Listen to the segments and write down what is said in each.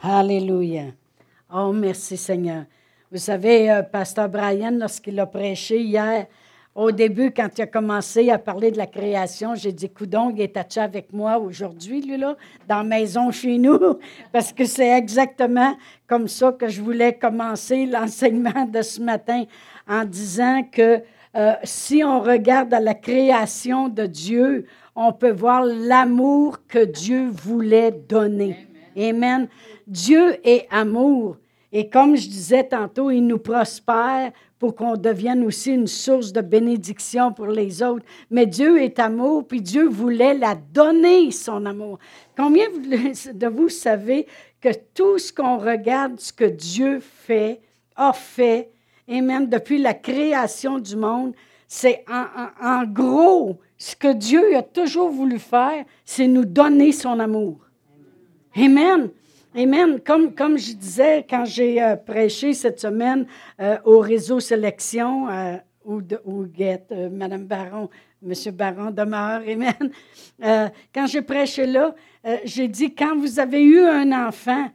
Alléluia. Oh, merci Seigneur. Vous savez, Pasteur Brian, lorsqu'il a prêché hier, au début, quand il a commencé à parler de la création, j'ai dit, coudonc, il est attaché avec moi aujourd'hui, lui, là, dans la maison chez nous, parce que c'est exactement comme ça que je voulais commencer l'enseignement de ce matin, en disant que si on regarde à la création de Dieu, on peut voir l'amour que Dieu voulait donner. Amen. Dieu est amour. Et comme je disais tantôt, il nous prospère pour qu'on devienne aussi une source de bénédiction pour les autres. Mais Dieu est amour, puis Dieu voulait la donner, son amour. Combien de vous savez que tout ce qu'on regarde, ce que Dieu fait, a fait, et même depuis la création du monde, c'est en gros, ce que Dieu a toujours voulu faire, c'est nous donner son amour. Amen. Amen. Comme je disais quand j'ai prêché cette semaine au réseau Sélection, où Mme Baron, M. Baron demeure, amen. Quand j'ai prêché là, j'ai dit, quand vous avez eu un enfant,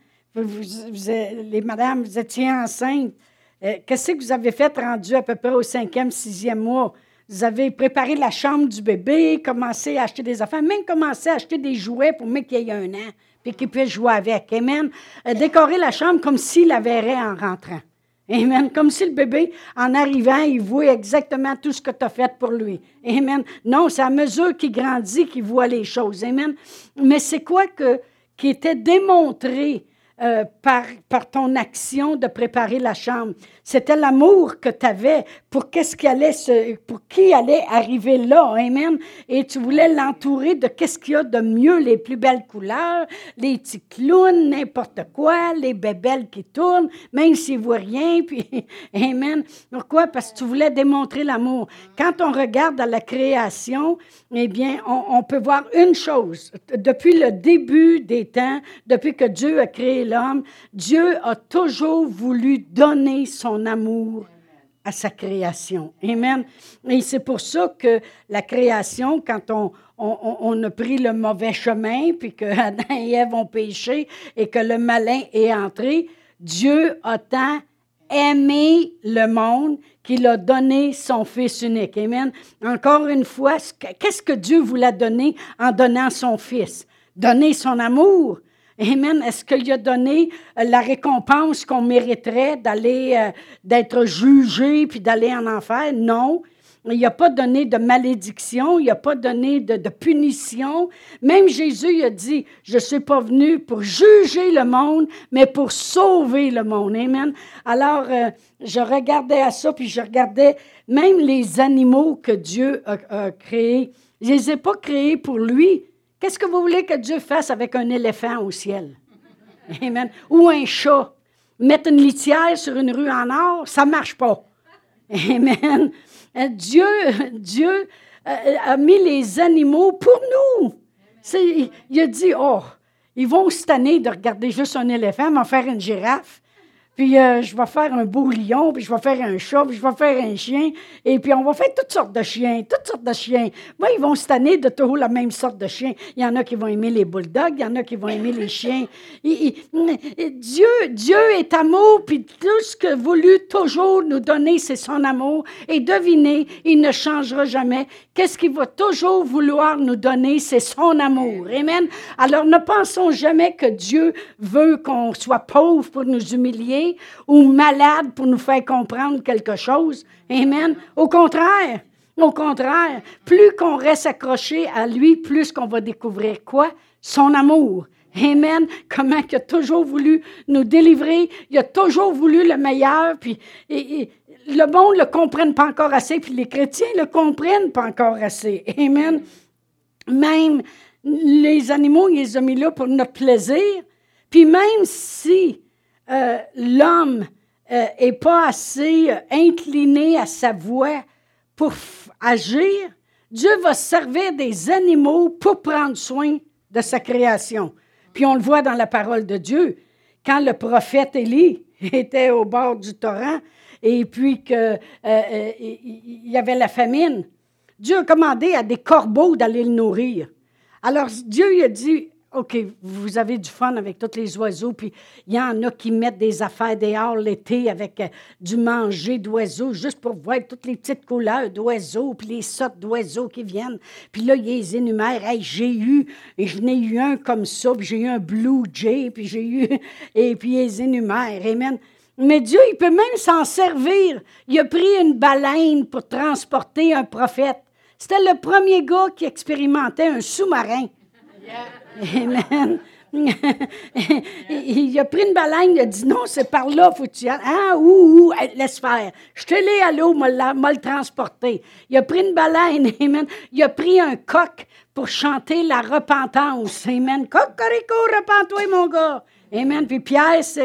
les madames, vous étiez enceintes, qu'est-ce que vous avez fait rendu à peu près au 5e, 6e mois? Vous avez préparé la chambre du bébé, commencé à acheter des affaires, même commencé à acheter des jouets pour même qu'il y ait 1 an, puis qu'il puisse jouer avec. Amen. Décorer la chambre comme s'il la verrait en rentrant. Amen. Comme si le bébé, en arrivant, il voit exactement tout ce que tu as fait pour lui. Amen. Non, c'est à mesure qu'il grandit qu'il voit les choses. Amen. Mais c'est quoi qui était démontré par ton action de préparer la chambre? C'était l'amour que tu avais pour pour qui allait arriver là. Amen. Et tu voulais l'entourer de qu'est-ce qu'il y a de mieux, les plus belles couleurs, les petits clowns, n'importe quoi, les bébelles qui tournent, même s'ils ne voient rien. Puis, amen. Pourquoi? Parce que tu voulais démontrer l'amour. Quand on regarde à la création, eh bien, on peut voir une chose. Depuis le début des temps, depuis que Dieu a créé l'homme, Dieu a toujours voulu donner son amour à sa création. Amen. Et c'est pour ça que la création, quand on a pris le mauvais chemin, puis que Adam et Ève ont péché et que le malin est entré, Dieu a tant aimé le monde qu'il a donné son Fils unique. Amen. Encore une fois, qu'est-ce que Dieu voulait donner en donnant son Fils? Donner son amour. Amen. Est-ce qu'il a donné la récompense qu'on mériterait d'être jugé puis d'aller en enfer? Non. Il n'a pas donné de malédiction, il n'a pas donné de punition. Même Jésus il a dit, je ne suis pas venu pour juger le monde, mais pour sauver le monde. Amen. Alors, je regardais à ça, puis je regardais même les animaux que Dieu a créés. Je ne les ai pas créés pour lui. Qu'est-ce que vous voulez que Dieu fasse avec un éléphant au ciel? Amen. Ou un chat. Mettre une litière sur une rue en or, ça ne marche pas. Amen. Dieu a mis les animaux pour nous. Il a dit, ils vont se tanner de regarder juste un éléphant, m'en faire une girafe. Puis je vais faire un beau lion, puis je vais faire un chat, puis je vais faire un chien. Et puis on va faire toutes sortes de chiens, toutes sortes de chiens. Moi, ils vont se tanner de toujours la même sorte de chiens. Il y en a qui vont aimer les bulldogs, il y en a qui vont aimer les chiens. Dieu est amour, puis tout ce que voulu toujours nous donner, c'est son amour. Et devinez, il ne changera jamais. Qu'est-ce qu'il va toujours vouloir nous donner, c'est son amour. Amen. Alors ne pensons jamais que Dieu veut qu'on soit pauvre pour nous humilier, ou malade pour nous faire comprendre quelque chose. Amen. Au contraire, plus qu'on reste accroché à lui, plus qu'on va découvrir quoi? Son amour. Amen. Comment il a toujours voulu nous délivrer. Il a toujours voulu le meilleur. Puis le monde ne le comprenne pas encore assez, puis les chrétiens ne le comprennent pas encore assez. Amen. Même les animaux, il les a mis là pour notre plaisir. Puis même si l'homme n'est pas assez incliné à sa voix pour agir, Dieu va servir des animaux pour prendre soin de sa création. Puis on le voit dans la parole de Dieu. Quand le prophète Élie était au bord du torrent et puis qu'il y avait la famine, Dieu a commandé à des corbeaux d'aller le nourrir. Alors Dieu il a dit OK, vous avez du fun avec tous les oiseaux, puis il y en a qui mettent des affaires dehors l'été avec du manger d'oiseaux, juste pour voir toutes les petites couleurs d'oiseaux, puis les sortes d'oiseaux qui viennent. Puis là, ils les énumèrent. Hey, je n'ai eu un comme ça, puis j'ai eu un Blue Jay, puis j'ai eu... Et puis ils les énumèrent. Amen. Mais Dieu, il peut même s'en servir. Il a pris une baleine pour transporter un prophète. C'était le premier gars qui expérimentait un sous-marin. Amen. Il a pris une baleine, il a dit non, c'est par là, faut que tu y ailles. Ah, laisse faire. Je te l'ai à l'eau, m'a le transporter. Il a pris une baleine, amen. Il a pris un coq pour chanter la repentance. Amen. Cocorico, repens-toi, mon gars. Amen. Puis Pierre s'est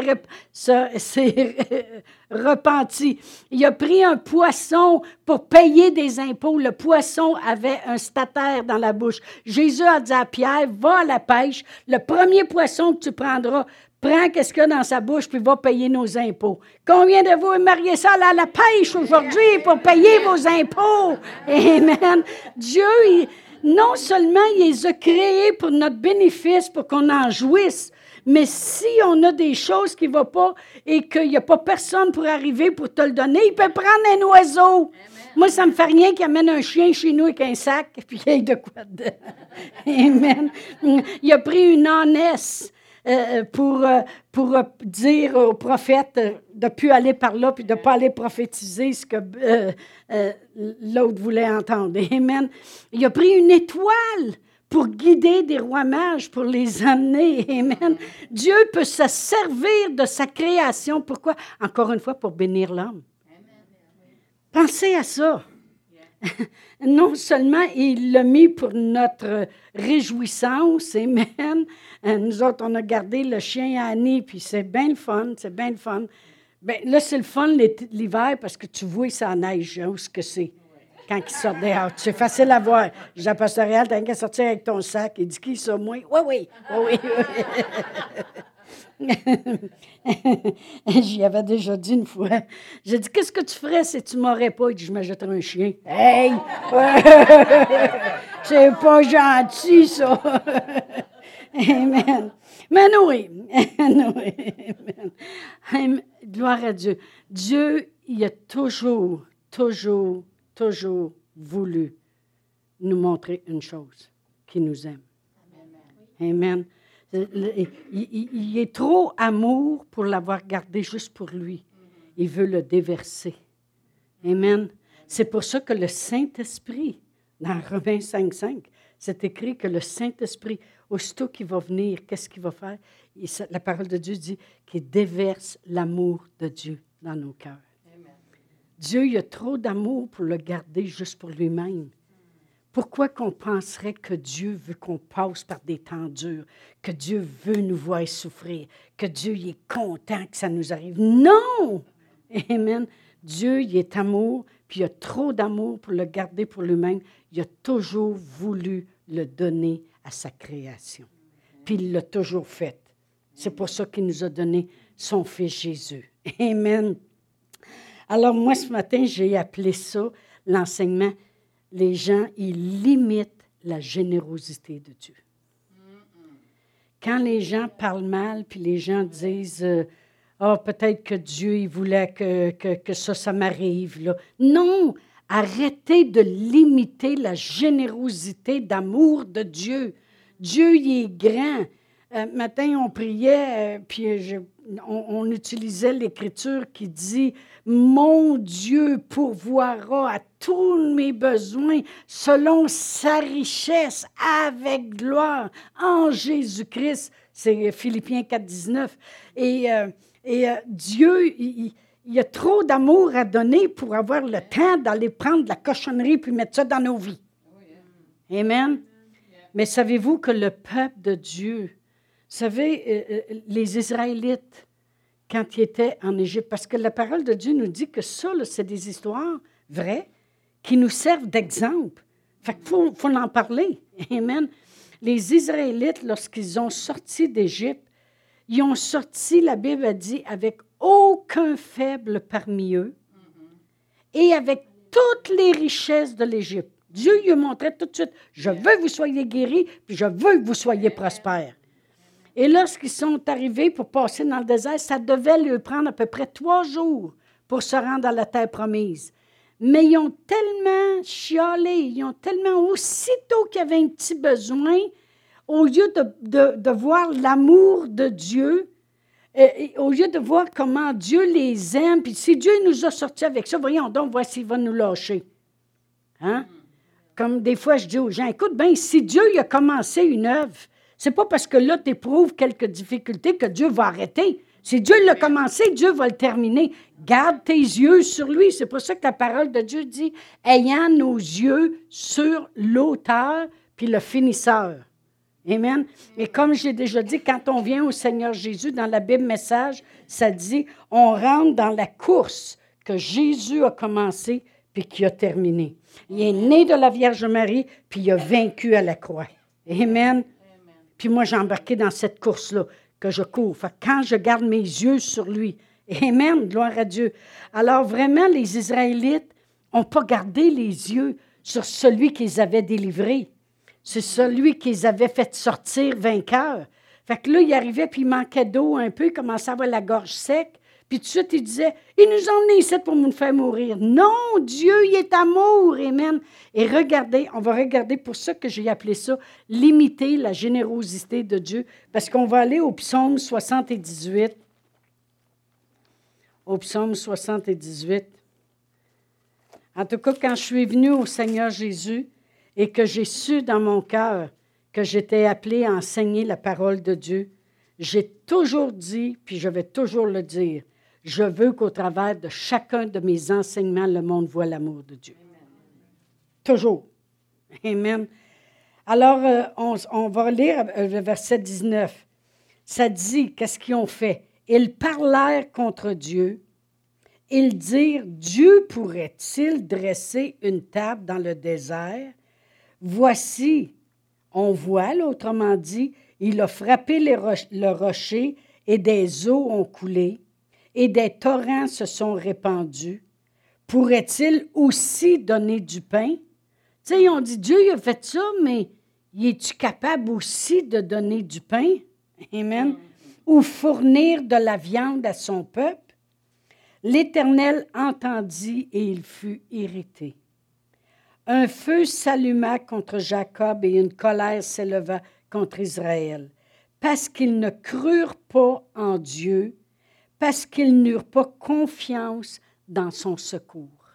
repenti. Il a pris un poisson pour payer des impôts. Le poisson avait un statère dans la bouche. Jésus a dit à Pierre, va à la pêche. Le premier poisson que tu prendras, prends qu'est-ce qu'il y a dans sa bouche, puis va payer nos impôts. Combien de vous aimeriez ça aller à la pêche aujourd'hui pour payer vos impôts? Amen. Dieu, non seulement il les a créés pour notre bénéfice, pour qu'on en jouisse, mais si on a des choses qui ne vont pas et qu'il n'y a pas personne pour arriver pour te le donner, il peut prendre un oiseau. Amen. Moi, ça ne me fait rien qu'il amène un chien chez nous avec un sac et puis il y ait de quoi dedans. Amen. Il a pris une ânesse pour dire au prophète de ne plus aller par là puis de ne pas aller prophétiser ce que l'autre voulait entendre. Amen. Il a pris une étoile pour guider des rois mages, pour les amener. Amen. Dieu peut se servir de sa création. Pourquoi? Encore une fois, pour bénir l'homme. Pensez à ça. Non seulement il l'a mis pour notre réjouissance, amen. Nous autres, on a gardé le chien à Annie, puis c'est bien le fun, c'est bien le fun. Bien, là, c'est le fun l'hiver parce que tu vois, ça neige, hein, où ce que c'est. Quand il sort dehors, c'est facile à voir. Je dis à Pasteur Réal, t'as qu'à sortir avec ton sac. Il dit, qui ça, moi? Oui. J'y avais déjà dit une fois. J'ai dit, qu'est-ce que tu ferais si tu m'aurais pas? Il dit, je m'achèterais un chien. Hey! C'est pas gentil, ça. Amen. Mais oui. Amen. Gloire à Dieu. Dieu, il a toujours voulu nous montrer une chose, qu'il nous aime. Amen. Il est trop amour pour l'avoir gardé juste pour lui. Il veut le déverser. Amen. C'est pour ça que le Saint-Esprit, dans Romains 5:5, c'est écrit que le Saint-Esprit, aussitôt qu'il va venir, qu'est-ce qu'il va faire? La parole de Dieu dit qu'il déverse l'amour de Dieu dans nos cœurs. Dieu, il a trop d'amour pour le garder juste pour lui-même. Pourquoi qu'on penserait que Dieu veut qu'on passe par des temps durs, que Dieu veut nous voir souffrir, que Dieu il est content que ça nous arrive? Non! Amen. Dieu, il est amour, puis il a trop d'amour pour le garder pour lui-même. Il a toujours voulu le donner à sa création. Puis il l'a toujours fait. C'est pour ça qu'il nous a donné son Fils Jésus. Amen. Alors, moi, ce matin, j'ai appelé ça l'enseignement. Les gens, ils limitent la générosité de Dieu. Quand les gens parlent mal, puis les gens disent peut-être que Dieu, il voulait que ça m'arrive. Là. Non! Arrêtez de limiter la générosité d'amour de Dieu. Dieu, il est grand. Matin, on priait, puis on utilisait l'Écriture qui dit « Mon Dieu pourvoira à tous mes besoins selon sa richesse avec gloire en Jésus-Christ. » C'est Philippiens 4,19. Et Dieu, il a trop d'amour à donner pour avoir le temps d'aller prendre de la cochonnerie puis mettre ça dans nos vies. Amen. Mais savez-vous que le peuple de Dieu, vous savez, les Israélites, quand ils étaient en Égypte, parce que la parole de Dieu nous dit que ça, là, c'est des histoires vraies qui nous servent d'exemple. Fait qu'il faut en parler. Amen. Les Israélites, lorsqu'ils ont sorti d'Égypte, ils ont sorti, la Bible a dit, avec aucun faible parmi eux et avec toutes les richesses de l'Égypte. Dieu lui montrait tout de suite, je veux que vous soyez guéris, puis je veux que vous soyez prospères. Et lorsqu'ils sont arrivés pour passer dans le désert, ça devait leur prendre à peu près 3 jours pour se rendre à la terre promise. Mais ils ont tellement chialé, ils ont tellement, aussitôt qu'il y avait un petit besoin, au lieu de voir l'amour de Dieu, au lieu de voir comment Dieu les aime, puis si Dieu nous a sortis avec ça, voyons donc, voir s'il va nous lâcher. Hein? Comme des fois, je dis aux gens, écoute bien, si Dieu il a commencé une œuvre, c'est pas parce que là, tu éprouves quelques difficultés que Dieu va arrêter. Si Dieu l'a commencé, Dieu va le terminer. Garde tes yeux sur lui. C'est pour ça que la parole de Dieu dit, ayant nos yeux sur l'auteur puis le finisseur. Amen. Et comme j'ai déjà dit, quand on vient au Seigneur Jésus, dans la Bible Message, ça dit, on rentre dans la course que Jésus a commencé puis qui a terminé. Il est né de la Vierge Marie puis il a vaincu à la croix. Amen. Puis moi, j'ai embarqué dans cette course-là que je cours. Fait que quand je garde mes yeux sur lui, amen, gloire à Dieu. Alors vraiment, les Israélites n'ont pas gardé les yeux sur celui qu'ils avaient délivré. C'est celui qu'ils avaient fait sortir vainqueur. Fait que là, il arrivait, puis il manquait d'eau un peu, il commençait à avoir la gorge sec. Puis tout de suite, il disait, ils nous ont emmenés ici pour nous faire mourir. Non, Dieu, il est amour, amen. Et regardez, on va regarder, pour ça que j'ai appelé ça, limiter la générosité de Dieu, parce qu'on va aller au psaume 78. Au psaume 78. En tout cas, quand je suis venue au Seigneur Jésus et que j'ai su dans mon cœur que j'étais appelée à enseigner la parole de Dieu, j'ai toujours dit, puis je vais toujours le dire, je veux qu'au travers de chacun de mes enseignements, le monde voit l'amour de Dieu. Amen. Toujours. Amen. Alors, on va lire le verset 19. Ça dit, qu'est-ce qu'ils ont fait? Ils parlèrent contre Dieu. Ils dirent, Dieu pourrait-il dresser une table dans le désert? Voici, on voit, là, autrement dit, il a frappé le rocher et des eaux ont coulé et des torrents se sont répandus. Pourrait-il aussi donner du pain? Tu sais, ils ont dit, Dieu il a fait ça, mais es-tu capable aussi de donner du pain? Amen. Ou fournir de la viande à son peuple? L'Éternel entendit et il fut irrité. Un feu s'alluma contre Jacob et une colère s'éleva contre Israël, parce qu'ils ne crurent pas en Dieu, parce qu'ils n'eurent pas confiance dans son secours.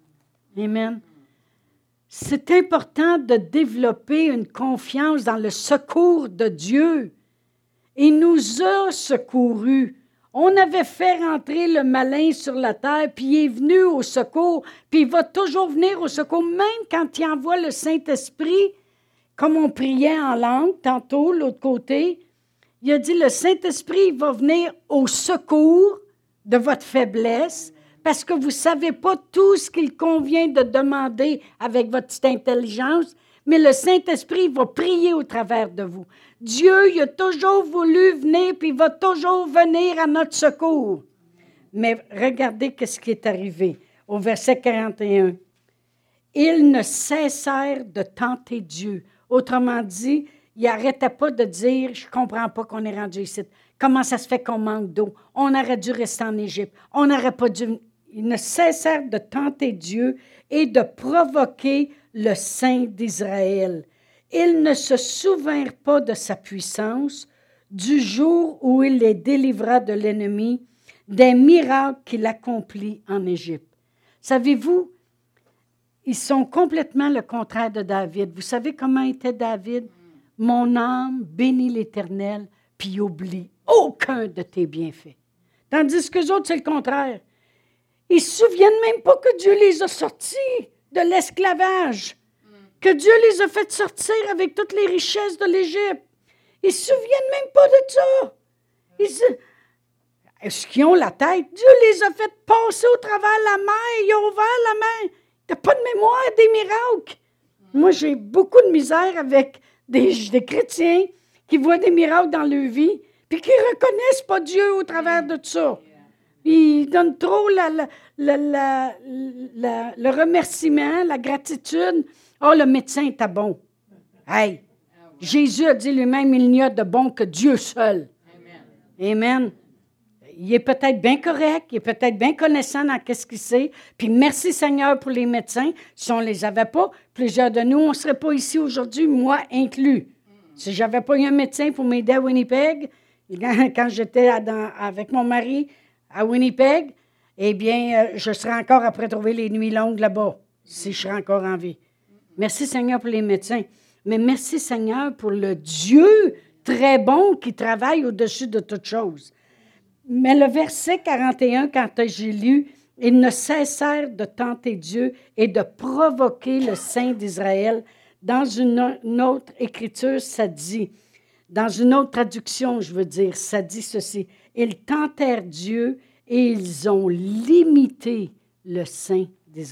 Amen. C'est important de développer une confiance dans le secours de Dieu. Il nous a secourus. On avait fait rentrer le malin sur la terre, puis il est venu au secours, puis il va toujours venir au secours, même quand il envoie le Saint-Esprit, comme on priait en langue tantôt, l'autre côté. Il a dit, le Saint-Esprit va venir au secours de votre faiblesse, parce que vous ne savez pas tout ce qu'il convient de demander avec votre petite intelligence, mais le Saint-Esprit va prier au travers de vous. Dieu, il a toujours voulu venir, puis il va toujours venir à notre secours. Mais regardez ce qui est arrivé au verset 41. Ils ne cessèrent de tenter Dieu. Autrement dit, ils n'arrêtaient pas de dire, je ne comprends pas qu'on est rendu ici. Comment ça se fait qu'on manque d'eau? On aurait dû rester en Égypte. On n'aurait pas dû... Ils ne cessèrent de tenter Dieu et de provoquer le Saint d'Israël. Ils ne se souvinrent pas de sa puissance, du jour où il les délivra de l'ennemi, des miracles qu'il accomplit en Égypte. Savez-vous, ils sont complètement le contraire de David. Vous savez comment était David? Mon âme bénit l'Éternel, puis oublie aucun de tes bienfaits. Tandis que les autres, c'est le contraire. Ils ne se souviennent même pas que Dieu les a sortis de l'esclavage, que Dieu les a fait sortir avec toutes les richesses de l'Égypte. Ils ne se souviennent même pas de ça. Est-ce qu'ils ont la tête? Dieu les a fait passer au travers la mer. Ils ont ouvert la mer. Tu n'as pas de mémoire des miracles. Moi, j'ai beaucoup de misère avec des chrétiens qui voient des miracles dans leur vie puis qui ne reconnaissent pas Dieu au travers de tout ça. Ils donnent trop le remerciement, la gratitude Oh, le médecin était bon. Hey, Jésus a dit lui-même, il n'y a de bon que Dieu seul. Amen. Il est peut-être bien correct, il est peut-être bien connaissant dans ce qu'il sait. Puis merci Seigneur pour les médecins. Si on ne les avait pas, plusieurs de nous, on ne serait pas ici aujourd'hui, moi inclus. Si je n'avais pas eu un médecin pour m'aider à Winnipeg, quand j'étais avec mon mari à Winnipeg, eh bien, je serais encore après trouver les nuits longues là-bas, si je serais encore en vie. Merci Seigneur pour les médecins. Mais merci Seigneur pour le Dieu très bon qui travaille au-dessus de toutes choses. Mais le verset 41, quand j'ai lu, « Ils ne cessèrent de tenter Dieu et de provoquer le Saint d'Israël », dans une autre écriture, ça dit, dans une autre traduction, je veux dire, ça dit ceci, « Ils tentèrent Dieu et ils ont limité le Saint d'Israël. »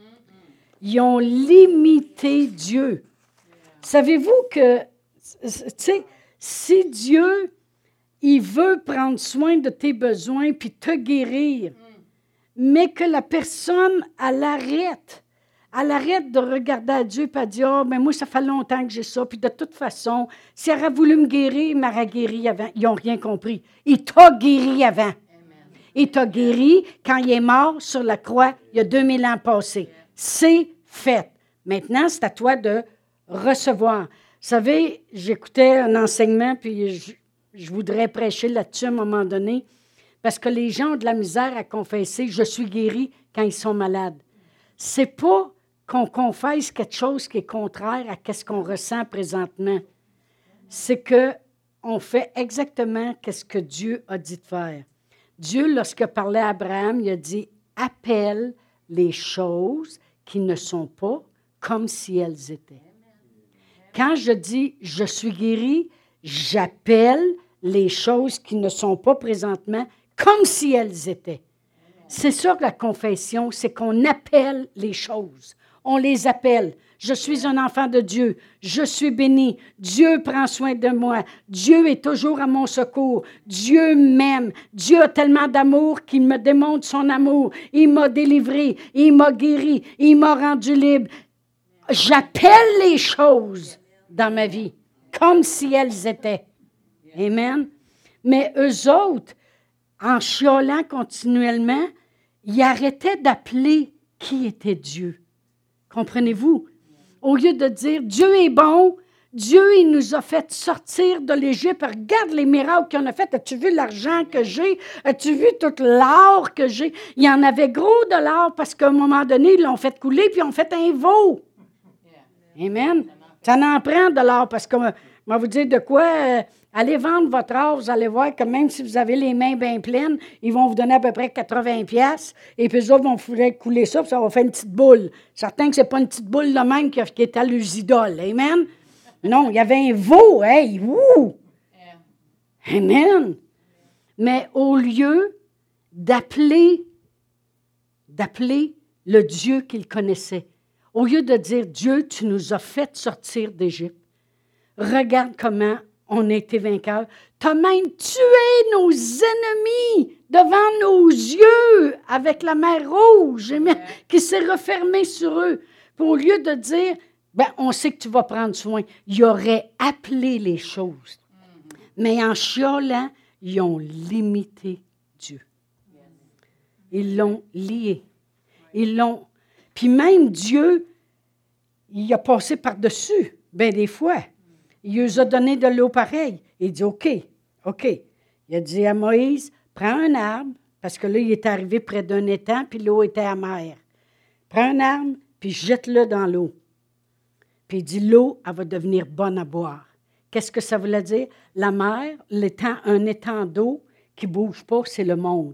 Ils ont limité Dieu. Savez-vous que, tu sais, si Dieu, il veut prendre soin de tes besoins puis te guérir, mais que la personne, elle arrête de regarder à Dieu et dire, « Oh, mais moi, ça fait longtemps que j'ai ça. » Puis de toute façon, s'il aurait voulu me guérir, il m'aurait guéri avant. Ils n'ont rien compris. Il t'a guéri avant. Il t'a guéri quand il est mort sur la croix, il y a 2000 ans passés. C'est fait. Maintenant, c'est à toi de recevoir. Vous savez, j'écoutais un enseignement, puis je voudrais prêcher là-dessus à un moment donné, parce que les gens ont de la misère à confesser « je suis guéri » quand ils sont malades. C'est pas qu'on confesse quelque chose qui est contraire à ce qu'on ressent présentement. C'est qu'on fait exactement ce que Dieu a dit de faire. Dieu, lorsqu'il parlait à Abraham, il a dit « appelle les choses qui ne sont pas comme si elles étaient. » Quand je dis « je suis guéri », j'appelle les choses qui ne sont pas présentement comme si elles étaient. C'est ça que la confession, c'est qu'on appelle les choses. On les appelle. Je suis un enfant de Dieu. Je suis béni. Dieu prend soin de moi. Dieu est toujours à mon secours. Dieu m'aime. Dieu a tellement d'amour qu'il me démontre son amour. Il m'a délivré. Il m'a guéri. Il m'a rendu libre. J'appelle les choses dans ma vie comme si elles étaient. Amen. Mais eux autres, en chiolant continuellement, ils arrêtaient d'appeler qui était Dieu. Comprenez-vous? Au lieu de dire, Dieu est bon, Dieu, il nous a fait sortir de l'Égypte. Regarde les miracles qu'il en a fait. As-tu vu l'argent que j'ai? As-tu vu tout l'or que j'ai? Il y en avait gros de l'or parce qu'à un moment donné, ils l'ont fait couler puis ils ont fait un veau. Amen. Ça en prend de l'or parce que, je vais vous dire de quoi, allez vendre votre or, vous allez voir que même si vous avez les mains bien pleines, ils vont vous donner à peu près 80$, et puis eux autres vont vous faire couler ça, puis ça va faire une petite boule. Certain que ce n'est pas une petite boule de même qui est à l'usidole. Amen? Non, il y avait un veau. Hey, wouh! Amen! Mais au lieu d'appeler le Dieu qu'il connaissait, au lieu de dire, Dieu, tu nous as fait sortir d'Égypte, regarde comment on a été vainqueurs. Tu as même tué nos ennemis devant nos yeux avec la mer Rouge qui s'est refermée sur eux. Puis au lieu de dire, on sait que tu vas prendre soin, il aurait appelé les choses. Mais en chiolant, ils ont limité Dieu. Ils l'ont lié. Puis même Dieu, il a passé par-dessus, bien des fois. Il nous a donné de l'eau pareille. Il dit, OK. Il a dit à Moïse, prends un arbre, parce que là, il est arrivé près d'un étang, puis l'eau était amère. Prends un arbre, puis jette-le dans l'eau. Puis il dit, l'eau, elle va devenir bonne à boire. Qu'est-ce que ça voulait dire? La mer, un étang d'eau qui ne bouge pas, c'est le monde.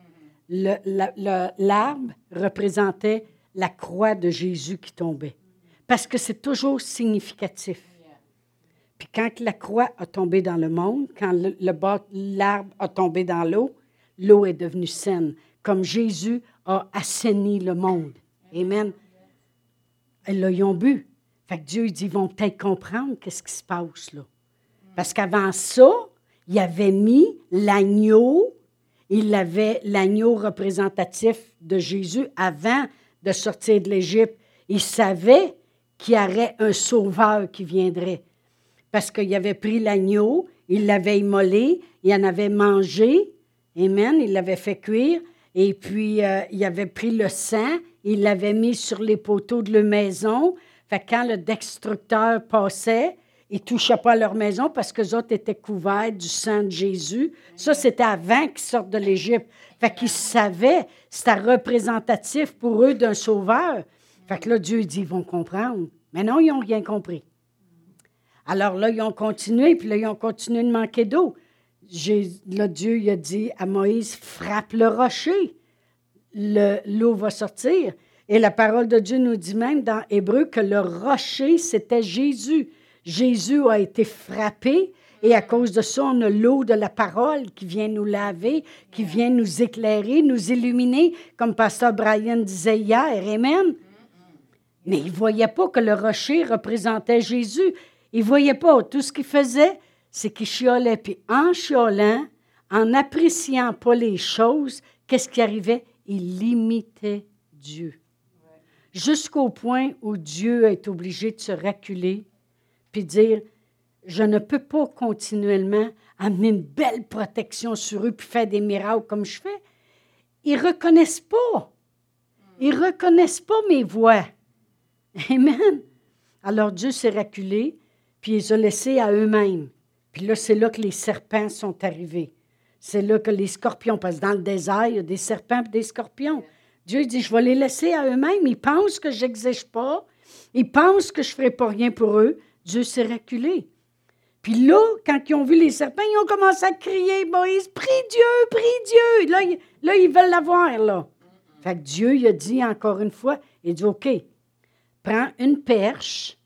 L'arbre représentait la croix de Jésus qui tombait. Parce que c'est toujours significatif. Puis quand la croix a tombé dans le monde, quand l'arbre a tombé dans l'eau est devenue saine. Comme Jésus a assaini le monde. Amen. Et là, ils ont bu. Fait que Dieu, il dit, ils vont peut-être comprendre qu'est-ce qui se passe là. Parce qu'avant ça, il avait mis l'agneau, l'agneau représentatif de Jésus avant de sortir de l'Égypte. Il savait qu'il y aurait un sauveur qui viendrait. Parce qu'il avait pris l'agneau, il l'avait immolé, il en avait mangé, amen, il l'avait fait cuire, et puis il avait pris le sang, il l'avait mis sur les poteaux de leur maison. Fait que quand le destructeur passait, ils ne touchaient pas à leur maison parce qu'eux autres étaient couverts du sang de Jésus. Ça, c'était avant qu'ils sortent de l'Égypte. Fait qu'ils savaient, c'était représentatif pour eux d'un sauveur. Fait que là, Dieu dit, ils vont comprendre. Mais non, ils n'ont rien compris. Alors là, ils ont continué, puis là, ils ont continué de manquer d'eau. Là, Dieu il a dit à Moïse, frappe le rocher. L'eau va sortir. Et la parole de Dieu nous dit même dans Hébreu que le rocher, c'était Jésus. Jésus a été frappé et à cause de ça, on a l'eau de la parole qui vient nous laver, qui vient nous éclairer, nous illuminer, comme Pasteur Brian disait hier. Amen. Mais il ne voyait pas que le rocher représentait Jésus. Il ne voyait pas. Tout ce qu'il faisait, c'est qu'il chiolait. Puis en chiolant, en n'appréciant pas les choses, qu'est-ce qui arrivait? Il imitait Dieu. Jusqu'au point où Dieu est obligé de se reculer puis dire, je ne peux pas continuellement amener une belle protection sur eux puis faire des miracles comme je fais. Ils ne reconnaissent pas. Ils ne reconnaissent pas mes voix. Amen. Alors Dieu s'est reculé puis il les a laissés à eux-mêmes. Puis là, c'est là que les serpents sont arrivés. C'est là que les scorpions, parce que dans le désert, il y a des serpents et des scorpions. Dieu dit, je vais les laisser à eux-mêmes. Ils pensent que je n'exige pas. Ils pensent que je ne ferai pas rien pour eux. Dieu s'est reculé. Puis là, quand ils ont vu les serpents, ils ont commencé à crier, Moïse, prie Dieu. Là, ils veulent l'avoir, là. Fait que Dieu, il a dit encore une fois, il dit, OK, prends une perche,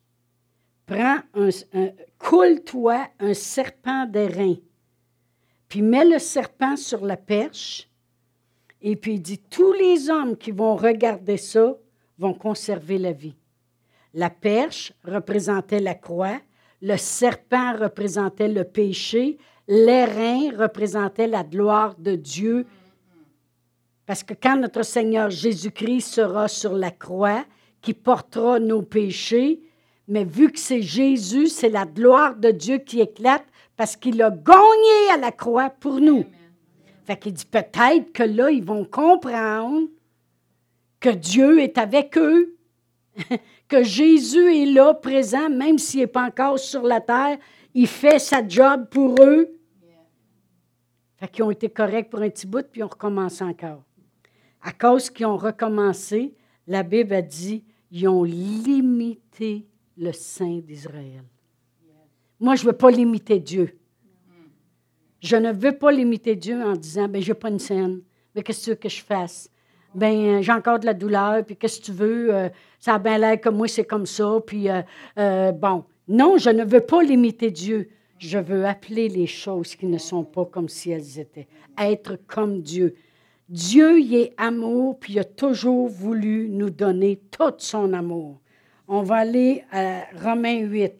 coule-toi un serpent d'airain, puis mets le serpent sur la perche, et puis il dit, tous les hommes qui vont regarder ça vont conserver la vie. La perche représentait la croix, le serpent représentait le péché, l'airain représentait la gloire de Dieu. Parce que quand notre Seigneur Jésus-Christ sera sur la croix, qui portera nos péchés, mais vu que c'est Jésus, c'est la gloire de Dieu qui éclate parce qu'il a gagné à la croix pour nous. Fait qu'il dit peut-être que là, ils vont comprendre que Dieu est avec eux, que Jésus est là, présent, même s'il n'est pas encore sur la terre, il fait sa job pour eux. Fait qu'ils ont été corrects pour un petit bout, puis ils ont recommencé encore. À cause qu'ils ont recommencé, la Bible a dit, ils ont limité le sein d'Israël. Moi, je ne veux pas limiter Dieu. Je ne veux pas limiter Dieu en disant, ben, je n'ai pas une scène, mais qu'est-ce que tu veux que je fasse? Ben, j'ai encore de la douleur, puis qu'est-ce que tu veux? Ça a bien l'air que moi, c'est comme ça, puis bon. Non, je ne veux pas limiter Dieu. Je veux appeler les choses qui ne sont pas comme si elles étaient. Être comme Dieu. Dieu, il est amour, puis il a toujours voulu nous donner tout son amour. On va aller à Romains 8.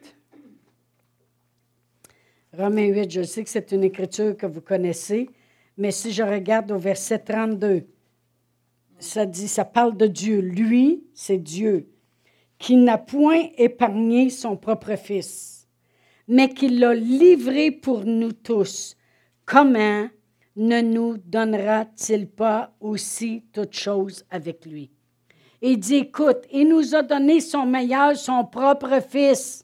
Romains 8, je sais que c'est une écriture que vous connaissez, mais si je regarde au verset 32, ça dit, ça parle de Dieu. Lui, c'est Dieu, qui n'a point épargné son propre Fils, mais qui l'a livré pour nous tous. Comment ne nous donnera-t-il pas aussi toutes choses avec lui? Il dit, écoute, il nous a donné son meilleur, son propre Fils.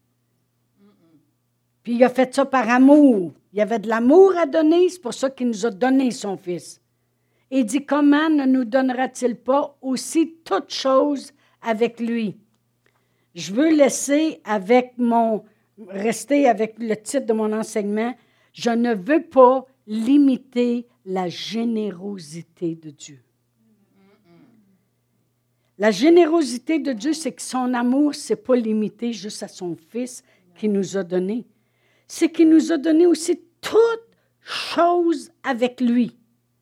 Puis il a fait ça par amour. Il y avait de l'amour à donner, c'est pour ça qu'il nous a donné son Fils. Il dit, comment ne nous donnera-t-il pas aussi toutes choses avec lui? Je veux rester avec le titre de mon enseignement. Je ne veux pas limiter la générosité de Dieu. La générosité de Dieu, c'est que son amour, ce n'est pas limité juste à son Fils qu'il nous a donné. C'est qu'il nous a donné aussi toutes choses avec lui.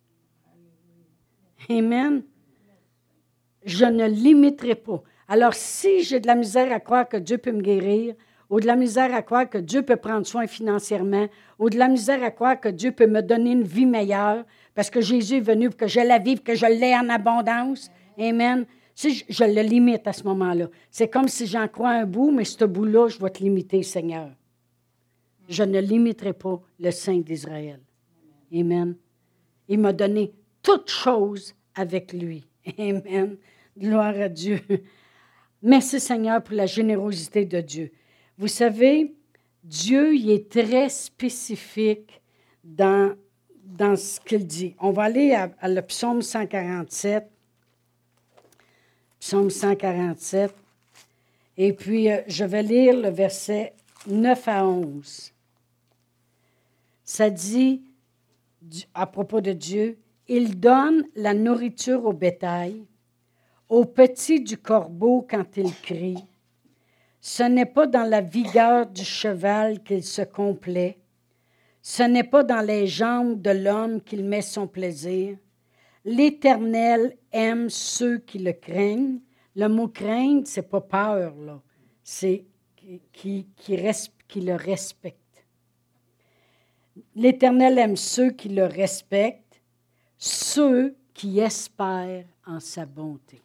Amen. Je ne limiterai pas. Alors, si j'ai de la misère à croire que Dieu peut me guérir, ou de la misère à croire que Dieu peut prendre soin financièrement, ou de la misère à croire que Dieu peut me donner une vie meilleure, parce que Jésus est venu pour que je la vive, que je l'ai en abondance. Amen. Si je le limite à ce moment-là. C'est comme si j'en crois un bout, mais ce bout-là, je vais te limiter, Seigneur. Je ne limiterai pas le Saint d'Israël. Amen. Il m'a donné toutes choses avec lui. Amen. Gloire à Dieu. Merci, Seigneur, pour la générosité de Dieu. Vous savez, Dieu, il est très spécifique dans ce qu'il dit. On va aller à le psaume 147. Psaume 147. Et puis, je vais lire le verset 9 à 11. Ça dit, à propos de Dieu, « Il donne la nourriture au bétail, aux petits du corbeau quand il crie. Ce n'est pas dans la vigueur du cheval qu'il se complaît. Ce n'est pas dans les jambes de l'homme qu'il met son plaisir. L'Éternel aime ceux qui le craignent. » Le mot « craindre », c'est pas peur, là. C'est qui le respectent. L'Éternel aime ceux qui le respectent, ceux qui espèrent en sa bonté.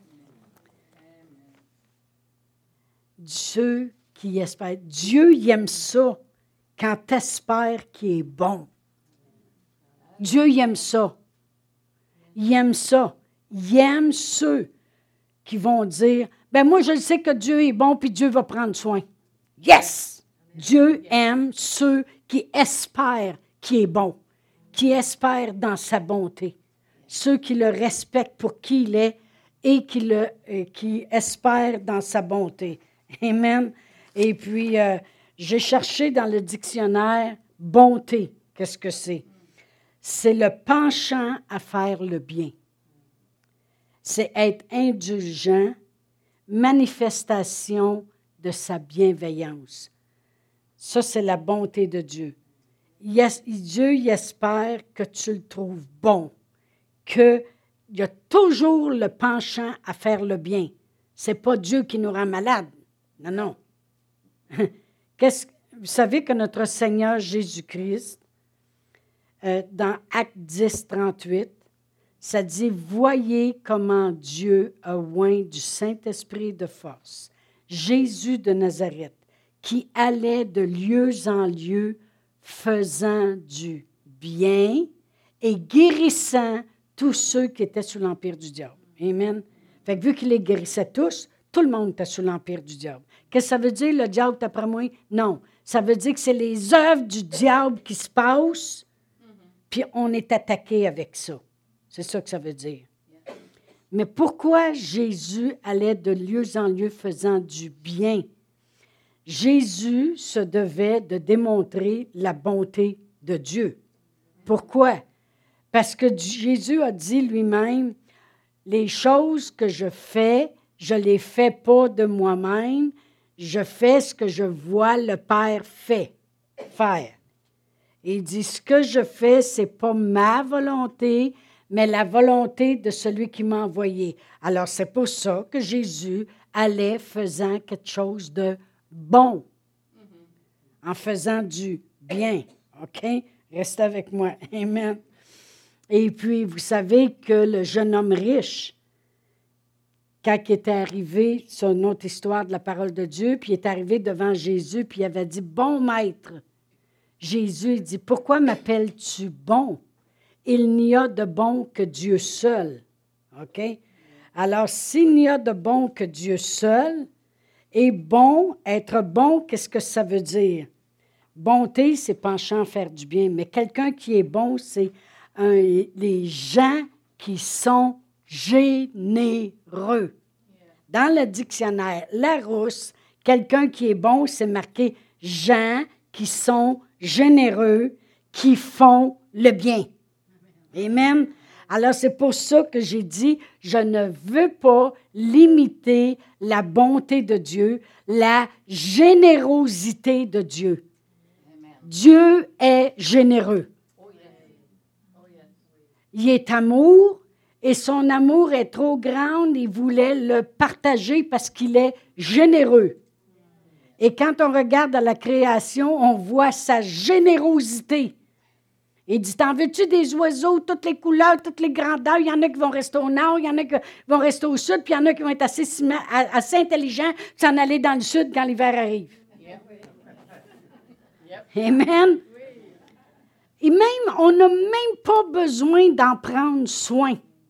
Ceux qui espèrent. Dieu, il aime ça quand tu espères qu'il est bon. Dieu, il aime ça. Il aime ça. Il aime ceux qui vont dire, ben moi, je sais que Dieu est bon, puis Dieu va prendre soin. Yes! Dieu aime ceux qui espèrent qu'il est bon, qui espèrent dans sa bonté, ceux qui le respectent pour qui il est et qui espèrent dans sa bonté. Amen. Et puis, j'ai cherché dans le dictionnaire « bonté ». Qu'est-ce que c'est? C'est le penchant à faire le bien. C'est être indulgent, manifestation de sa bienveillance. Ça, c'est la bonté de Dieu. Dieu, il espère que tu le trouves bon, qu'il y a toujours le penchant à faire le bien. Ce n'est pas Dieu qui nous rend malades. Non, non. Vous savez que notre Seigneur Jésus-Christ, dans Acte 10, 38, ça dit « Voyez comment Dieu a oint du Saint-Esprit de force, Jésus de Nazareth, qui allait de lieu en lieu, faisant du bien et guérissant tous ceux qui étaient sous l'empire du diable. » Amen. Fait que vu qu'il les guérissait tous, tout le monde était sous l'empire du diable. Qu'est-ce que ça veut dire, le diable est après moi? Non. Ça veut dire que c'est les œuvres du diable qui se passent, puis on est attaqué avec ça. C'est ça que ça veut dire. Mais pourquoi Jésus allait de lieu en lieu faisant du bien? Jésus se devait de démontrer la bonté de Dieu. Pourquoi? Parce que Jésus a dit lui-même, les choses que je fais, je ne les fais pas de moi-même, je fais ce que je vois le Père faire. Et il dit, ce que je fais, ce n'est pas ma volonté, mais la volonté de celui qui m'a envoyé. Alors, c'est pour ça que Jésus allait faisant quelque chose de bon, en faisant du bien. OK? Restez avec moi. Amen. Et puis, vous savez que le jeune homme riche, quand il était arrivé, c'est une autre histoire de la parole de Dieu, puis il est arrivé devant Jésus, puis il avait dit, « Bon maître ». Jésus, il dit, « Pourquoi m'appelles-tu bon? Il n'y a de bon que Dieu seul. » OK? Alors, s'il n'y a de bon que Dieu seul, et bon, être bon, qu'est-ce que ça veut dire? Bonté, c'est penchant à faire du bien, mais quelqu'un qui est bon, c'est les gens qui sont généreux. Dans le dictionnaire Larousse, quelqu'un qui est bon, c'est marqué « gens qui sont généreux, qui font le bien. » Amen. Alors, c'est pour ça que j'ai dit, je ne veux pas limiter la bonté de Dieu, la générosité de Dieu. Dieu est généreux. Il est amour et son amour est trop grand, il voulait le partager parce qu'il est généreux. Et quand on regarde à la création, on voit sa générosité. Il dit, t'en veux-tu des oiseaux, toutes les couleurs, toutes les grandeurs? Il y en a qui vont rester au nord, il y en a qui vont rester au sud, puis il y en a qui vont être assez intelligents pour s'en aller dans le sud quand l'hiver arrive. Amen. Et même, on n'a même pas besoin d'en prendre soin.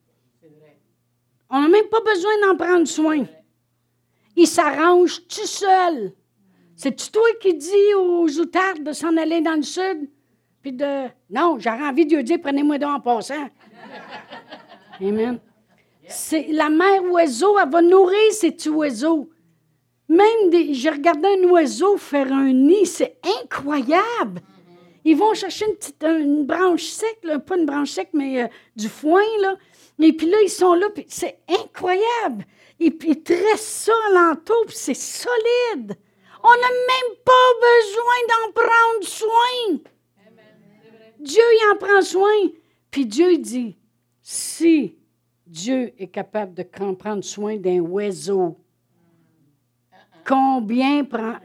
On n'a même pas besoin d'en prendre soin. Il s'arrange tout seul. C'est-tu toi qui dis aux outardes de s'en aller dans le sud? Puis non, j'aurais envie de lui dire, prenez-moi donc en passant. Amen. La mère oiseau, elle va nourrir ces petits oiseaux. Même, j'ai regardé un oiseau faire un nid, c'est incroyable. Ils vont chercher une branche sec, là, pas une branche sec, mais du foin, là. Et puis là, ils sont là, puis c'est incroyable. Et puis ils tressent ça alentour, puis c'est solide. On n'a même pas besoin d'en prendre soin. Dieu, il en prend soin. Puis Dieu, il dit, si Dieu est capable de prendre soin d'un oiseau, combien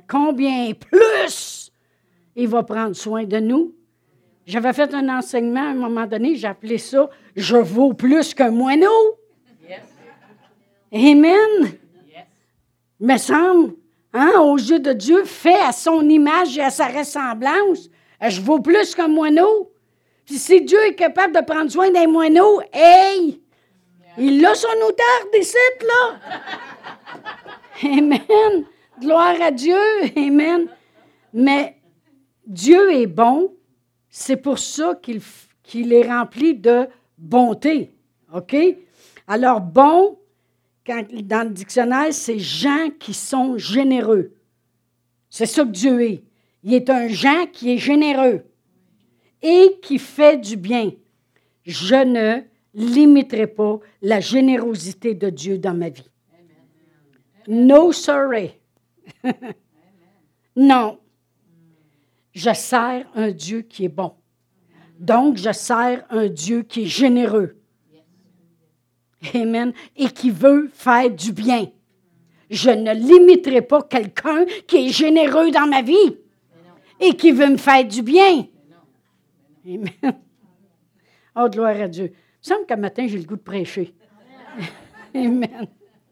plus il va prendre soin de nous? J'avais fait un enseignement à un moment donné, j'ai appelé ça « Je vaux plus qu'un moineau ». Yes. Amen. Yes. Me semble, aux yeux de Dieu, fait à son image et à sa ressemblance, je vaux plus qu'un moineau. Puis si Dieu est capable de prendre soin d'un moineau, hey, il a son outarde ici, là. Amen. Gloire à Dieu. Amen. Mais Dieu est bon. C'est pour ça qu'il est rempli de bonté. OK? Alors, bon, dans le dictionnaire, c'est gens qui sont généreux. C'est ça que Dieu est. Il est un gens qui est généreux et qui fait du bien. Je ne limiterai pas la générosité de Dieu dans ma vie. No, sorry. Non. Je sers un Dieu qui est bon. Donc, je sers un Dieu qui est généreux. Amen. Et qui veut faire du bien. Je ne limiterai pas quelqu'un qui est généreux dans ma vie et qui veut me faire du bien. Amen. Oh, gloire à Dieu. Il me semble qu'un matin, j'ai le goût de prêcher. Amen.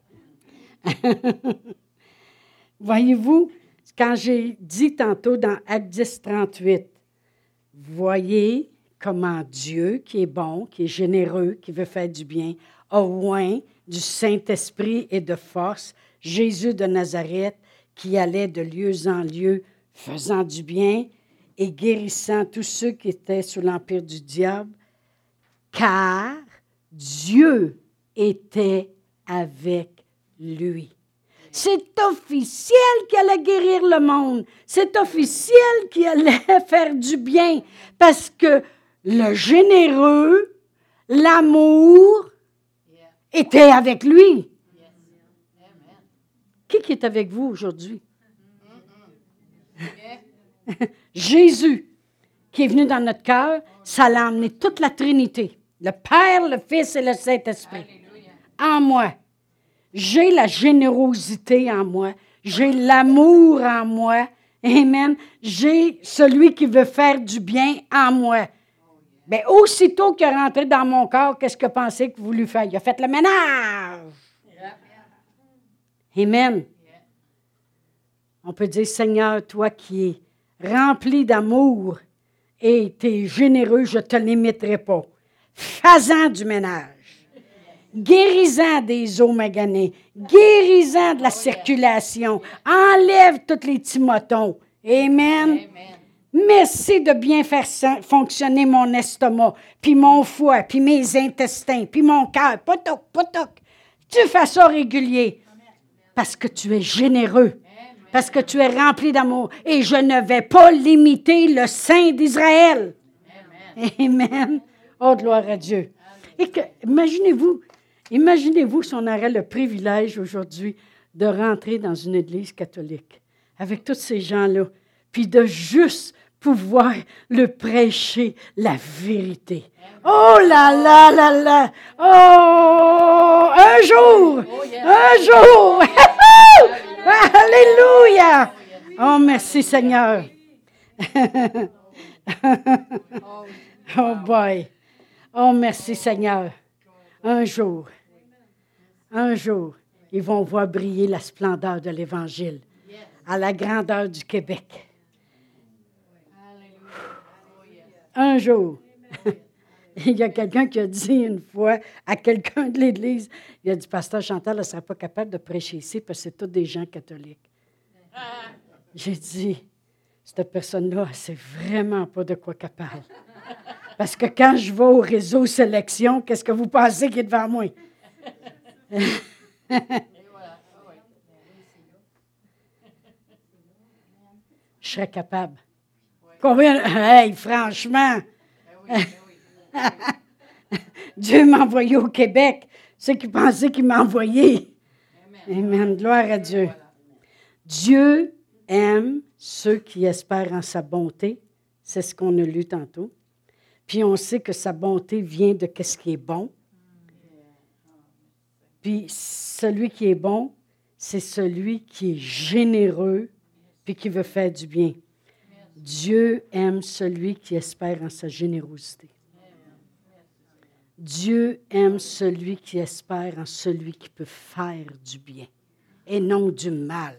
Voyez-vous, quand j'ai dit tantôt dans Actes 10, 38, voyez comment Dieu, qui est bon, qui est généreux, qui veut faire du bien, a oint du Saint-Esprit et de force Jésus de Nazareth, qui allait de lieu en lieu, faisant du bien et guérissant tous ceux qui étaient sous l'empire du diable, car Dieu était avec lui. C'est officiel qu'il allait guérir le monde. C'est officiel qu'il allait faire du bien. Parce que le généreux, l'amour, était avec lui. Qui est avec vous aujourd'hui? Jésus, qui est venu dans notre cœur, ça l'a emmené toute la Trinité. Le Père, le Fils et le Saint-Esprit. En moi. J'ai la générosité en moi. J'ai l'amour en moi. Amen. J'ai celui qui veut faire du bien en moi. Bien, aussitôt qu'il est rentré dans mon corps, qu'est-ce que pensez que vous voulez faire? Il a fait le ménage. Amen. On peut dire, Seigneur, toi qui es rempli d'amour et tu es généreux, je ne te limiterai pas. Fais-en du ménage. Guérisant des os maganés, guérisant de la circulation, enlève tous les petits motons. Amen. Amen. Merci de bien faire fonctionner mon estomac, puis mon foie, puis mes intestins, puis mon cœur. Potoc, potoc. Tu fais ça régulier parce que tu es généreux, parce que tu es rempli d'amour. Et je ne vais pas limiter le Saint d'Israël. Amen. Oh, gloire à Dieu. Et que, imaginez-vous si on aurait le privilège aujourd'hui de rentrer dans une église catholique avec tous ces gens-là, puis de juste pouvoir leur prêcher la vérité. Oh là là là là! Oh! Un jour! Un jour! Alléluia! Oh, merci Seigneur! Oh boy. Oh, merci Seigneur. Un jour, ils vont voir briller la splendeur de l'Évangile à la grandeur du Québec. Un jour. Il y a quelqu'un qui a dit une fois à quelqu'un de l'Église, il a dit, Pasteur Chantal, elle ne serait pas capable de prêcher ici parce que c'est tous des gens catholiques. J'ai dit, cette personne-là, elle ne sait vraiment pas de quoi qu'elle parle. Parce que quand je vais au réseau sélection, qu'est-ce que vous pensez qui est devant moi? Je serais capable. Combien? Hey, franchement! Dieu m'a envoyé au Québec. Ceux qui pensaient qu'il m'a envoyé. Amen. Gloire à Dieu. Dieu aime ceux qui espèrent en sa bonté. C'est ce qu'on a lu tantôt. Puis on sait que sa bonté vient de ce qui est bon. Puis celui qui est bon, c'est celui qui est généreux puis qui veut faire du bien. Dieu aime celui qui espère en sa générosité. Dieu aime celui qui espère en celui qui peut faire du bien et non du mal.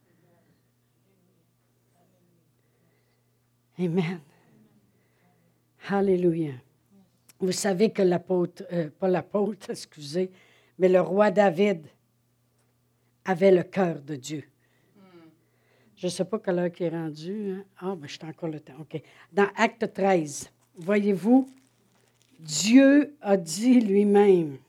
Amen. Alléluia. Vous savez que mais le roi David avait le cœur de Dieu. Je ne sais pas quelle heure qui est rendue. Hein? Ah, ben, j'ai encore le temps. OK. Dans Acte 13, voyez-vous, Dieu a dit lui-même,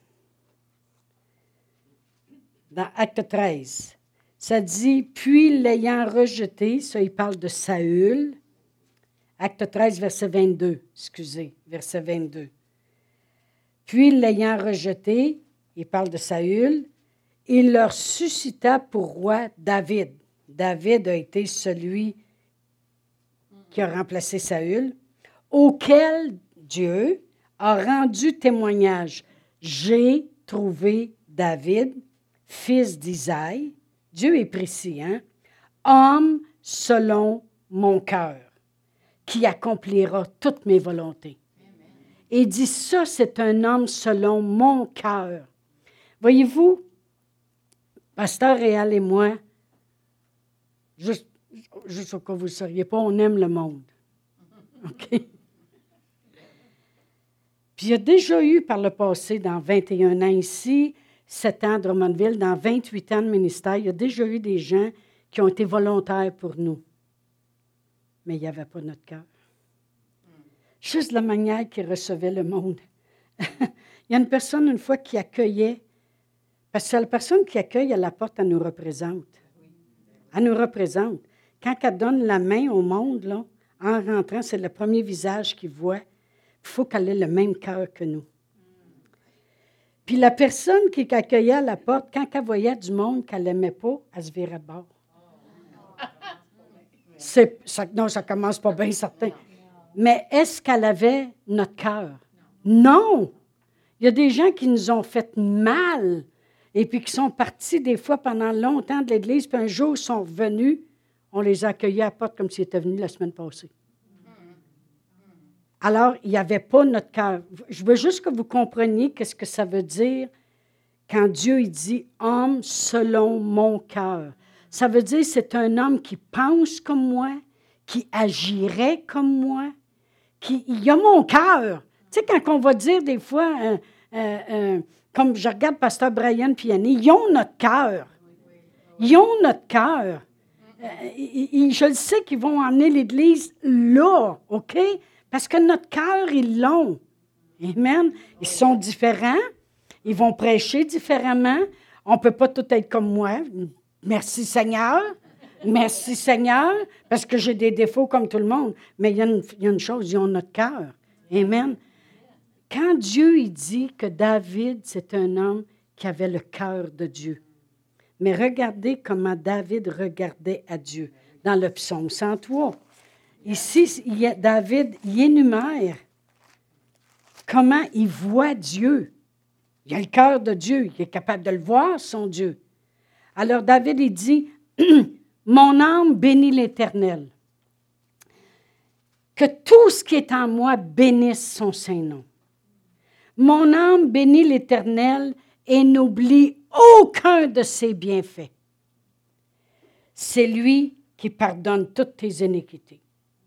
dans Acte 13, ça dit, puis l'ayant rejeté, ça il parle de Saül, Acte 13, verset 22, verset 22. Puis l'ayant rejeté, il parle de Saül, il leur suscita pour roi David. David a été celui qui a remplacé Saül, auquel Dieu a rendu témoignage. J'ai trouvé David, fils d'Isaïe. Dieu est précis, hein? Homme selon mon cœur, qui accomplira toutes mes volontés. Et il dit, ça, c'est un homme selon mon cœur. Voyez-vous, Pasteur Réal et moi, juste au cas où vous ne le sauriez pas, on aime le monde. OK? Puis il y a déjà eu par le passé, dans 21 ans ici, 7 ans à Drummondville, dans 28 ans de ministère, il y a déjà eu des gens qui ont été volontaires pour nous. Mais il n'y avait pas notre cœur. Juste la manière qu'ils recevaient le monde. Il y a une personne, une fois, qui accueillait, parce que la personne qui accueille à la porte, elle nous représente. Elle nous représente. Quand elle donne la main au monde, là, en rentrant, c'est le premier visage qu'il voit. Il faut qu'elle ait le même cœur que nous. Puis la personne qui accueillait à la porte, quand elle voyait du monde qu'elle n'aimait pas, elle se virait de bord. Non, ça commence pas bien certain. Mais est-ce qu'elle avait notre cœur? Non! Il y a des gens qui nous ont fait mal et puis qui sont partis des fois pendant longtemps de l'Église, puis un jour ils sont revenus, on les a accueillis à la porte comme s'ils étaient venus la semaine passée. Alors, il n'y avait pas notre cœur. Je veux juste que vous compreniez qu'est-ce que ça veut dire quand Dieu il dit « homme selon mon cœur ». Ça veut dire que c'est un homme qui pense comme moi, qui agirait comme moi, il a mon cœur. Tu sais, quand on va dire des fois, comme je regarde Pasteur Brian Piani, ils ont notre cœur. Ils ont notre cœur. Je le sais qu'ils vont emmener l'Église là, OK? Parce que notre cœur, ils l'ont. Amen. Ils sont différents. Ils vont prêcher différemment. On ne peut pas tout être comme moi. Merci Seigneur. Merci Seigneur, parce que j'ai des défauts comme tout le monde. Mais il y a une chose, ils ont notre cœur. Amen. Quand Dieu il dit que David, c'est un homme qui avait le cœur de Dieu. Mais regardez comment David regardait à Dieu dans le psaume 103. Ici, David il énumère comment il voit Dieu. Il a le cœur de Dieu. Il est capable de le voir, son Dieu. Alors David, il dit... Mon âme bénit l'Éternel. Que tout ce qui est en moi bénisse son Saint-Nom. Mon âme bénit l'Éternel et n'oublie aucun de ses bienfaits. C'est lui qui pardonne toutes tes iniquités.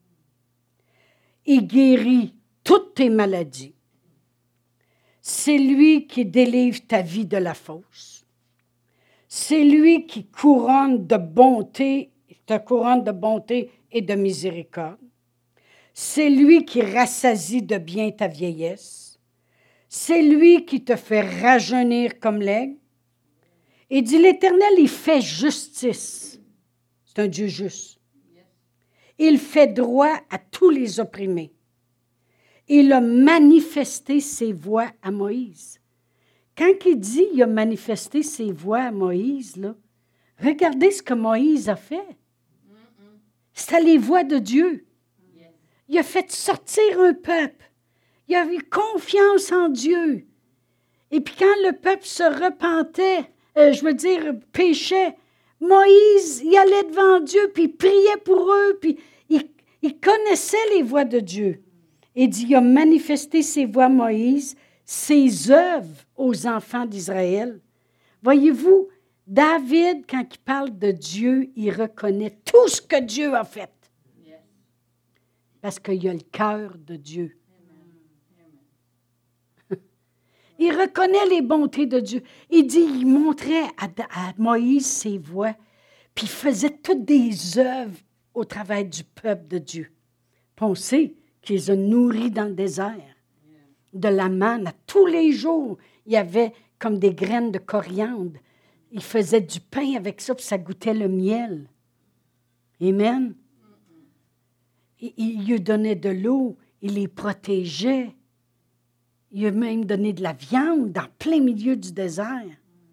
Il guérit toutes tes maladies. C'est lui qui délivre ta vie de la fausse. C'est lui qui te couronne de bonté et de miséricorde. C'est lui qui rassasie de bien ta vieillesse. C'est lui qui te fait rajeunir comme l'aigle. Et dit l'Éternel, il fait justice. C'est un Dieu juste. Il fait droit à tous les opprimés. Il a manifesté ses voies à Moïse. Quand il dit il a manifesté ses voies à Moïse, là, regardez ce que Moïse a fait. C'était les voies de Dieu. Il a fait sortir un peuple. Il a eu confiance en Dieu. Et puis quand le peuple se repentait, péchait, Moïse, il allait devant Dieu, puis il priait pour eux, puis il connaissait les voies de Dieu. Il dit, il a manifesté ses voies à Moïse, ses œuvres aux enfants d'Israël. Voyez-vous, David, quand il parle de Dieu, il reconnaît tout ce que Dieu a fait. Parce qu'il a le cœur de Dieu. Il reconnaît les bontés de Dieu. Il dit, il montrait à Moïse ses voies, puis il faisait toutes des œuvres au travail du peuple de Dieu. Puis on sait qu'il les a nourris dans le désert, de la manne. À tous les jours, il y avait comme des graines de coriandre. Il faisait du pain avec ça, puis ça goûtait le miel. Amen. Il lui donnait de l'eau, il les protégeait. Il a même donné de la viande dans plein milieu du désert.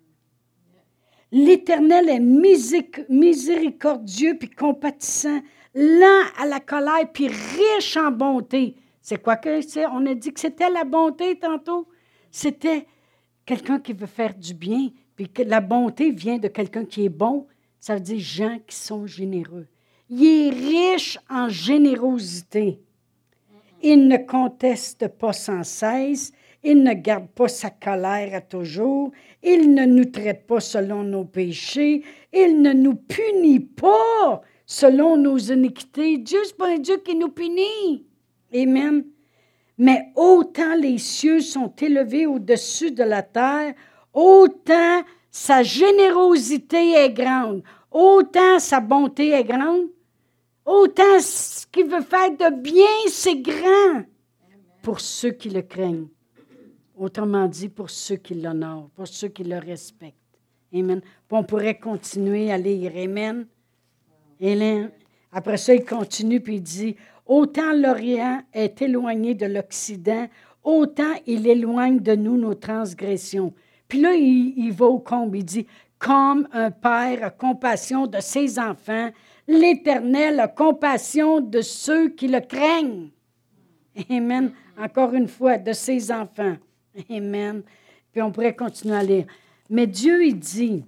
L'Éternel est miséricordieux puis compatissant, lent à la colère puis riche en bonté. C'est quoi que c'est? On a dit que c'était la bonté tantôt. C'était quelqu'un qui veut faire du bien. Puis que la bonté vient de quelqu'un qui est bon. Ça veut dire gens qui sont généreux. Il est riche en générosité. Il ne conteste pas sans cesse. Il ne garde pas sa colère à toujours. Il ne nous traite pas selon nos péchés. Il ne nous punit pas selon nos iniquités. Dieu, ce n'est pas un Dieu qui nous punit. Amen. Mais autant les cieux sont élevés au-dessus de la terre, autant sa générosité est grande, autant sa bonté est grande, autant ce qu'il veut faire de bien, c'est grand pour ceux qui le craignent. Autrement dit, pour ceux qui l'honorent, pour ceux qui le respectent. Amen. Puis on pourrait continuer à lire. Amen. Amen. Après ça, il continue puis il dit, autant l'Orient est éloigné de l'Occident, autant il éloigne de nous nos transgressions. Puis là, il va au comble. Il dit, comme un père a compassion de ses enfants, l'Éternel a compassion de ceux qui le craignent. Amen. Encore une fois, de ses enfants. Amen. Puis on pourrait continuer à lire. Mais Dieu, il dit,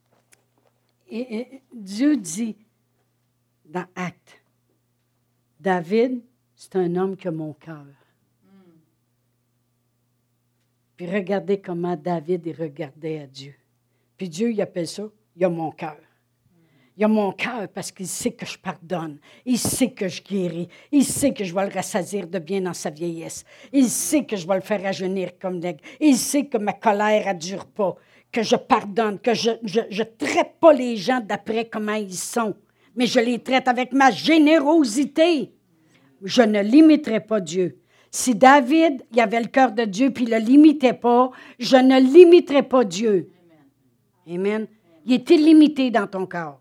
Dieu dit dans Actes, David, c'est un homme qui a mon cœur. Puis regardez comment David il regardait à Dieu. Puis Dieu, il appelle ça, il a mon cœur. Il a mon cœur parce qu'il sait que je pardonne. Il sait que je guéris. Il sait que je vais le rassasier de bien dans sa vieillesse. Il sait que je vais le faire rajeunir comme l'aigle. Il sait que ma colère ne dure pas, que je pardonne, que je ne traite pas les gens d'après comment ils sont, mais je les traite avec ma générosité. Je ne limiterai pas Dieu. Si David, il avait le cœur de Dieu puis il ne le limitait pas, je ne limiterai pas Dieu. Amen. Il est illimité dans ton corps.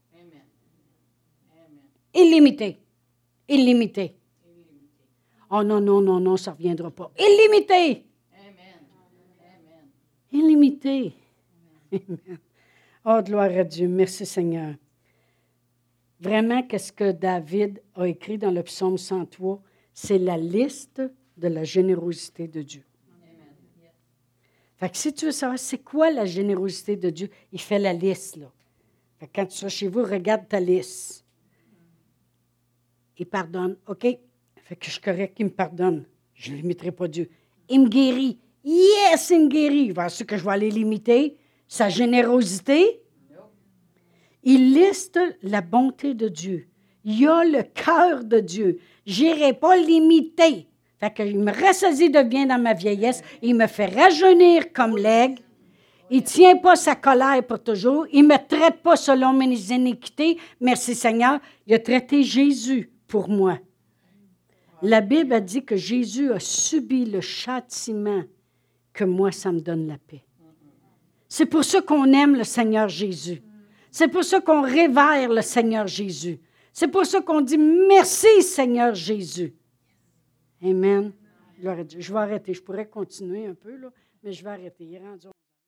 Illimité. Illimité. Oh non, non, non, non, ça ne reviendra pas. Illimité. Illimité. Amen. Oh, gloire à Dieu. Merci Seigneur. Vraiment, qu'est-ce que David a écrit dans le psaume 103? C'est la liste de la générosité de Dieu. Fait que si tu veux savoir c'est quoi la générosité de Dieu, il fait la liste, là. Fait que quand tu vas chez vous, regarde ta liste. Il pardonne. OK, Fait que je suis correct qu'il me pardonne. Je ne limiterai pas Dieu. Il me guérit. Yes, il me guérit. Est-ce que je vais aller limiter sa générosité? Il liste la bonté de Dieu. Il y a le cœur de Dieu. Je n'irai pas l'imiter. Fait qu'il me ressaisit de bien dans ma vieillesse. Il me fait rajeunir comme l'aigle. Il ne tient pas sa colère pour toujours. Il ne me traite pas selon mes iniquités. Merci Seigneur. Il a traité Jésus pour moi. La Bible a dit que Jésus a subi le châtiment que moi, ça me donne la paix. C'est pour ça qu'on aime le Seigneur Jésus. C'est pour ça qu'on révère le Seigneur Jésus. C'est pour ça qu'on dit merci Seigneur Jésus. Amen. Je vais arrêter. Je pourrais continuer un peu, là, mais je vais arrêter. Il est rendu